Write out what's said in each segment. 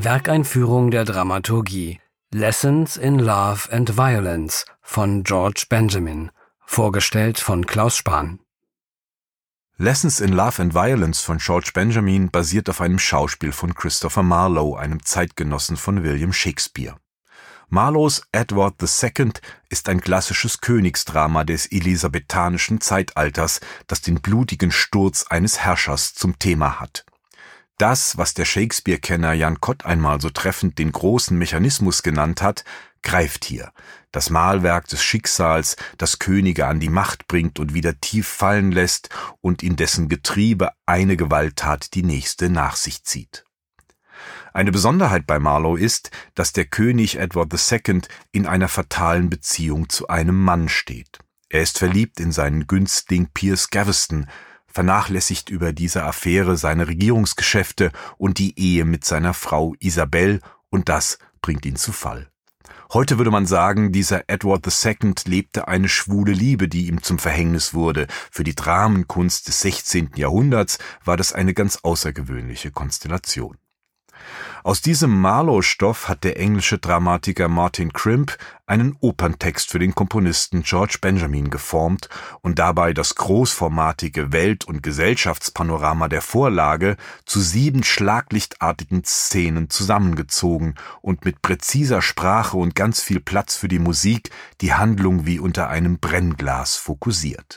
Werkeinführung der Dramaturgie. Lessons in Love and Violence von George Benjamin. Vorgestellt von Klaus Spahn. Lessons in Love and Violence von George Benjamin basiert auf einem Schauspiel von Christopher Marlowe, einem Zeitgenossen von William Shakespeare. Marlowes Edward II. Ist ein klassisches Königsdrama des elisabethanischen Zeitalters, das den blutigen Sturz eines Herrschers zum Thema hat. Das, was der Shakespeare-Kenner Jan Kott einmal so treffend den großen Mechanismus genannt hat, greift hier. Das Mahlwerk des Schicksals, das Könige an die Macht bringt und wieder tief fallen lässt und in dessen Getriebe eine Gewalttat die nächste nach sich zieht. Eine Besonderheit bei Marlowe ist, dass der König Edward II. In einer fatalen Beziehung zu einem Mann steht. Er ist verliebt in seinen Günstling Piers Gaveston, vernachlässigt über diese Affäre seine Regierungsgeschäfte und die Ehe mit seiner Frau Isabel, und das bringt ihn zu Fall. Heute würde man sagen, dieser Edward II. Lebte eine schwule Liebe, die ihm zum Verhängnis wurde. Für die Dramenkunst des 16. Jahrhunderts war das eine ganz außergewöhnliche Konstellation. Aus diesem Marlowe-Stoff hat der englische Dramatiker Martin Crimp einen Operntext für den Komponisten George Benjamin geformt und dabei das großformatige Welt- und Gesellschaftspanorama der Vorlage zu 7 schlaglichtartigen Szenen zusammengezogen und mit präziser Sprache und ganz viel Platz für die Musik die Handlung wie unter einem Brennglas fokussiert.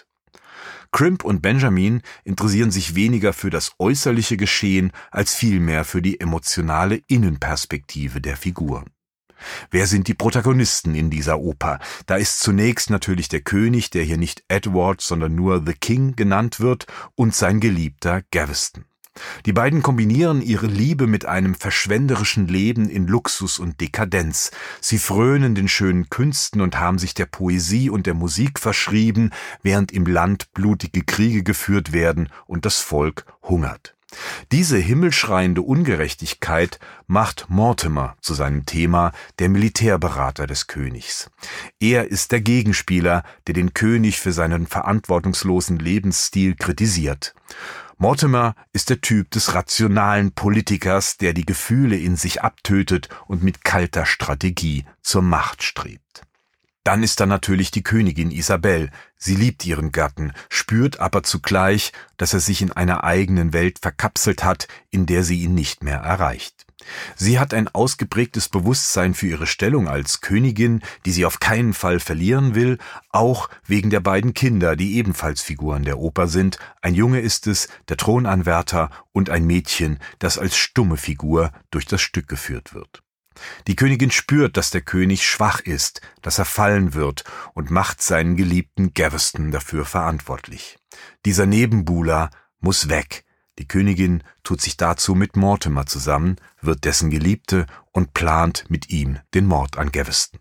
Crimp und Benjamin interessieren sich weniger für das äußerliche Geschehen als vielmehr für die emotionale Innenperspektive der Figuren. Wer sind die Protagonisten in dieser Oper? Da ist zunächst natürlich der König, der hier nicht Edward, sondern nur The King genannt wird, und sein Geliebter Gaveston. Die beiden kombinieren ihre Liebe mit einem verschwenderischen Leben in Luxus und Dekadenz. Sie frönen den schönen Künsten und haben sich der Poesie und der Musik verschrieben, während im Land blutige Kriege geführt werden und das Volk hungert. Diese himmelschreiende Ungerechtigkeit macht Mortimer zu seinem Thema, der Militärberater des Königs. Er ist der Gegenspieler, der den König für seinen verantwortungslosen Lebensstil kritisiert. Mortimer ist der Typ des rationalen Politikers, der die Gefühle in sich abtötet und mit kalter Strategie zur Macht strebt. Dann ist da natürlich die Königin Isabel. Sie liebt ihren Gatten, spürt aber zugleich, dass er sich in einer eigenen Welt verkapselt hat, in der sie ihn nicht mehr erreicht. Sie hat ein ausgeprägtes Bewusstsein für ihre Stellung als Königin, die sie auf keinen Fall verlieren will, auch wegen der beiden Kinder, die ebenfalls Figuren der Oper sind. Ein Junge ist es, der Thronanwärter, und ein Mädchen, das als stumme Figur durch das Stück geführt wird. Die Königin spürt, dass der König schwach ist, dass er fallen wird, und macht seinen geliebten Gaveston dafür verantwortlich. Dieser Nebenbuhler muss weg. Die Königin tut sich dazu mit Mortimer zusammen, wird dessen Geliebte und plant mit ihm den Mord an Gaveston.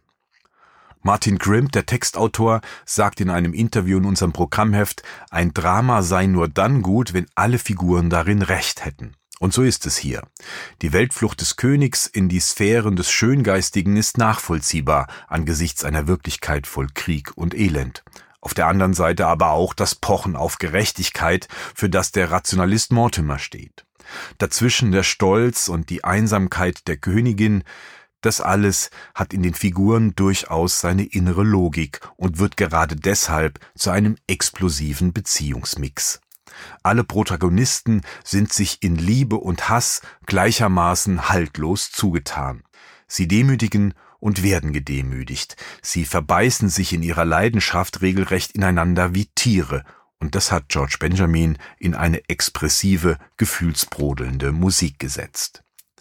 Martin Crimp, der Textautor, sagt in einem Interview in unserem Programmheft, ein Drama sei nur dann gut, wenn alle Figuren darin Recht hätten. Und so ist es hier. Die Weltflucht des Königs in die Sphären des Schöngeistigen ist nachvollziehbar angesichts einer Wirklichkeit voll Krieg und Elend. Auf der anderen Seite aber auch das Pochen auf Gerechtigkeit, für das der Rationalist Mortimer steht. Dazwischen der Stolz und die Einsamkeit der Königin. Das alles hat in den Figuren durchaus seine innere Logik und wird gerade deshalb zu einem explosiven Beziehungsmix. Alle Protagonisten sind sich in Liebe und Hass gleichermaßen haltlos zugetan. Sie demütigen und werden gedemütigt. Sie verbeißen sich in ihrer Leidenschaft regelrecht ineinander wie Tiere. Und das hat George Benjamin in eine expressive, gefühlsbrodelnde Musik gesetzt.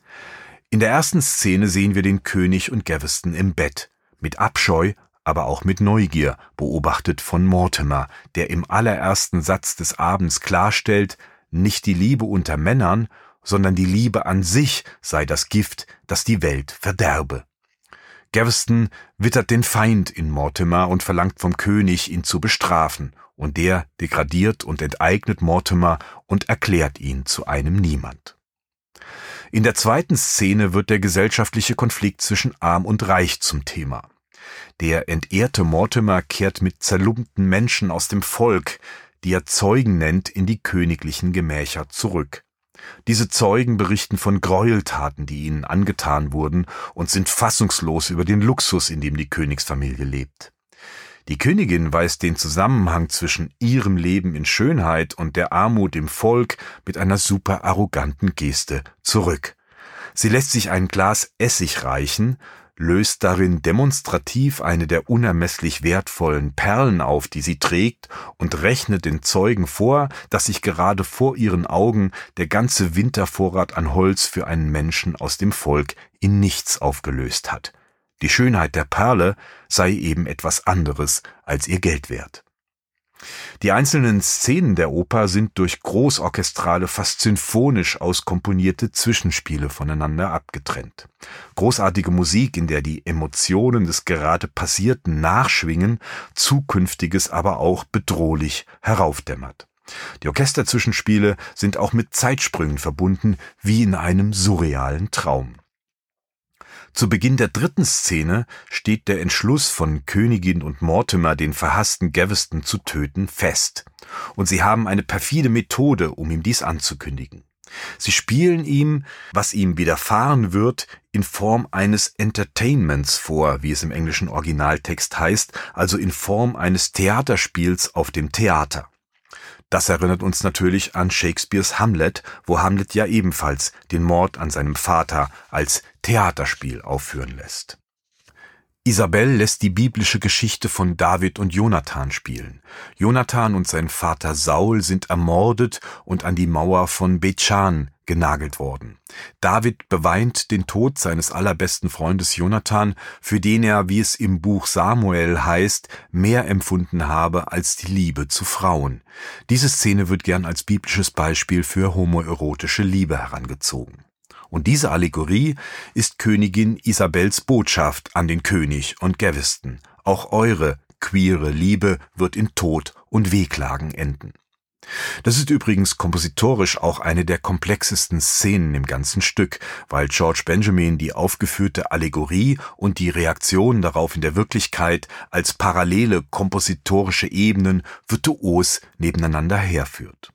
In der ersten Szene sehen wir den König und Gaveston im Bett. Mit Abscheu, aber auch mit Neugier, beobachtet von Mortimer, der im allerersten Satz des Abends klarstellt, nicht die Liebe unter Männern, sondern die Liebe an sich sei das Gift, das die Welt verderbe. Gaveston wittert den Feind in Mortimer und verlangt vom König, ihn zu bestrafen, und der degradiert und enteignet Mortimer und erklärt ihn zu einem Niemand. In der zweiten Szene wird der gesellschaftliche Konflikt zwischen Arm und Reich zum Thema. Der entehrte Mortimer kehrt mit zerlumpten Menschen aus dem Volk, die er Zeugen nennt, in die königlichen Gemächer zurück. Diese Zeugen berichten von Gräueltaten, die ihnen angetan wurden, und sind fassungslos über den Luxus, in dem die Königsfamilie lebt. Die Königin weist den Zusammenhang zwischen ihrem Leben in Schönheit und der Armut im Volk mit einer super arroganten Geste zurück. Sie lässt sich ein Glas Essig reichen, löst darin demonstrativ eine der unermesslich wertvollen Perlen auf, die sie trägt, und rechnet den Zeugen vor, dass sich gerade vor ihren Augen der ganze Wintervorrat an Holz für einen Menschen aus dem Volk in nichts aufgelöst hat. Die Schönheit der Perle sei eben etwas anderes als ihr Geld wert. Die einzelnen Szenen der Oper sind durch großorchestrale, fast sinfonisch auskomponierte Zwischenspiele voneinander abgetrennt. Großartige Musik, in der die Emotionen des gerade Passierten nachschwingen, Zukünftiges aber auch bedrohlich heraufdämmert. Die Orchesterzwischenspiele sind auch mit Zeitsprüngen verbunden, wie in einem surrealen Traum. Zu Beginn der dritten Szene steht der Entschluss von Königin und Mortimer, den verhassten Gaveston zu töten, fest. Und sie haben eine perfide Methode, um ihm dies anzukündigen. Sie spielen ihm, was ihm widerfahren wird, in Form eines Entertainments vor, wie es im englischen Originaltext heißt, also in Form eines Theaterspiels auf dem Theater. Das erinnert uns natürlich an Shakespeares Hamlet, wo Hamlet ja ebenfalls den Mord an seinem Vater als Theaterspiel aufführen lässt. Isabel lässt die biblische Geschichte von David und Jonathan spielen. Jonathan und sein Vater Saul sind ermordet und an die Mauer von Beth-Schan genagelt worden. David beweint den Tod seines allerbesten Freundes Jonathan, für den er, wie es im Buch Samuel heißt, mehr empfunden habe als die Liebe zu Frauen. Diese Szene wird gern als biblisches Beispiel für homoerotische Liebe herangezogen. Und diese Allegorie ist Königin Isabels Botschaft an den König und Gaveston. Auch eure queere Liebe wird in Tod und Wehklagen enden. Das ist übrigens kompositorisch auch eine der komplexesten Szenen im ganzen Stück, weil George Benjamin die aufgeführte Allegorie und die Reaktion darauf in der Wirklichkeit als parallele kompositorische Ebenen virtuos nebeneinander herführt.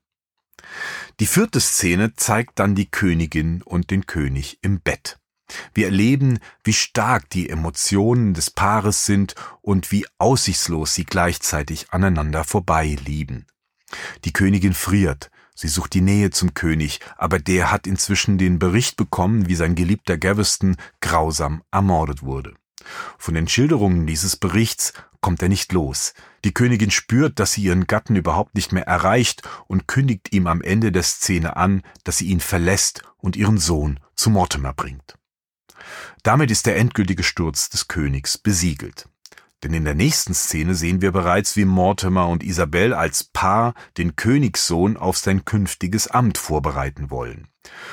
Die vierte Szene zeigt dann die Königin und den König im Bett. Wir erleben, wie stark die Emotionen des Paares sind und wie aussichtslos sie gleichzeitig aneinander vorbei lieben. Die Königin friert, sie sucht die Nähe zum König, aber der hat inzwischen den Bericht bekommen, wie sein geliebter Gaveston grausam ermordet wurde. Von den Schilderungen dieses Berichts kommt er nicht los. Die Königin spürt, dass sie ihren Gatten überhaupt nicht mehr erreicht und kündigt ihm am Ende der Szene an, dass sie ihn verlässt und ihren Sohn zu Mortimer bringt. Damit ist der endgültige Sturz des Königs besiegelt. Denn in der nächsten Szene sehen wir bereits, wie Mortimer und Isabel als Paar den Königssohn auf sein künftiges Amt vorbereiten wollen.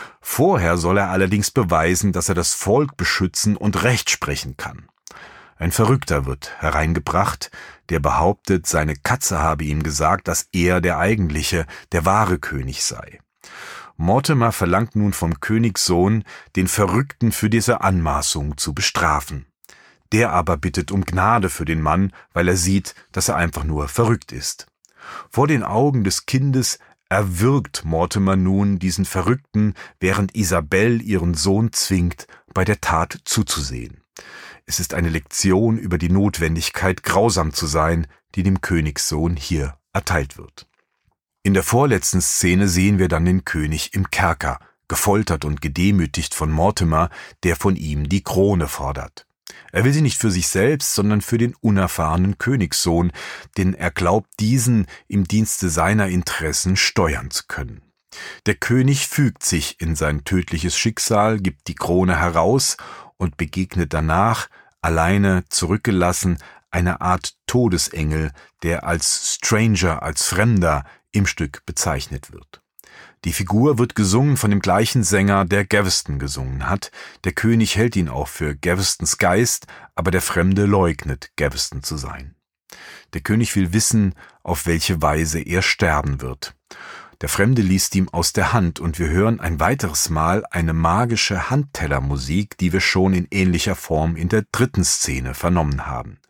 Vorher soll er allerdings beweisen, dass er das Volk beschützen und Recht sprechen kann. Ein Verrückter wird hereingebracht, der behauptet, seine Katze habe ihm gesagt, dass er der eigentliche, der wahre König sei. Mortimer verlangt nun vom Königssohn, den Verrückten für diese Anmaßung zu bestrafen. Der aber bittet um Gnade für den Mann, weil er sieht, dass er einfach nur verrückt ist. Vor den Augen des Kindes erwürgt Mortimer nun diesen Verrückten, während Isabel ihren Sohn zwingt, bei der Tat zuzusehen. Es ist eine Lektion über die Notwendigkeit, grausam zu sein, die dem Königssohn hier erteilt wird. In der vorletzten Szene sehen wir dann den König im Kerker, gefoltert und gedemütigt von Mortimer, der von ihm die Krone fordert. Er will sie nicht für sich selbst, sondern für den unerfahrenen Königssohn, denn er glaubt, diesen im Dienste seiner Interessen steuern zu können. Der König fügt sich in sein tödliches Schicksal, gibt die Krone heraus und begegnet danach, alleine zurückgelassen, einer Art Todesengel, der als Stranger, als Fremder im Stück bezeichnet wird. Die Figur wird gesungen von dem gleichen Sänger, der Gaveston gesungen hat. Der König hält ihn auch für Gavestons Geist, aber der Fremde leugnet, Gaveston zu sein. Der König will wissen, auf welche Weise er sterben wird. Der Fremde liest ihm aus der Hand und wir hören ein weiteres Mal eine magische Handtellermusik, die wir schon in ähnlicher Form in der dritten Szene vernommen haben.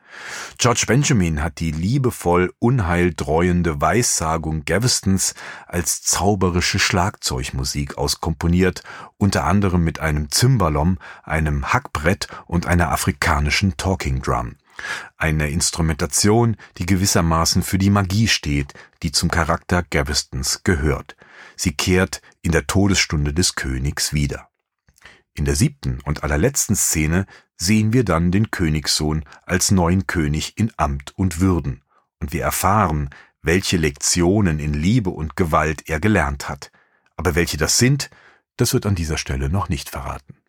George Benjamin hat die liebevoll unheildreuende Weissagung Gavestons als zauberische Schlagzeugmusik auskomponiert, unter anderem mit einem Cimbalom, einem Hackbrett und einer afrikanischen Talking Drum. Eine Instrumentation, die gewissermaßen für die Magie steht, die zum Charakter Gavestons gehört. Sie kehrt in der Todesstunde des Königs wieder. In der 7. und allerletzten Szene sehen wir dann den Königssohn als neuen König in Amt und Würden, und wir erfahren, welche Lektionen in Liebe und Gewalt er gelernt hat. Aber welche das sind, das wird an dieser Stelle noch nicht verraten.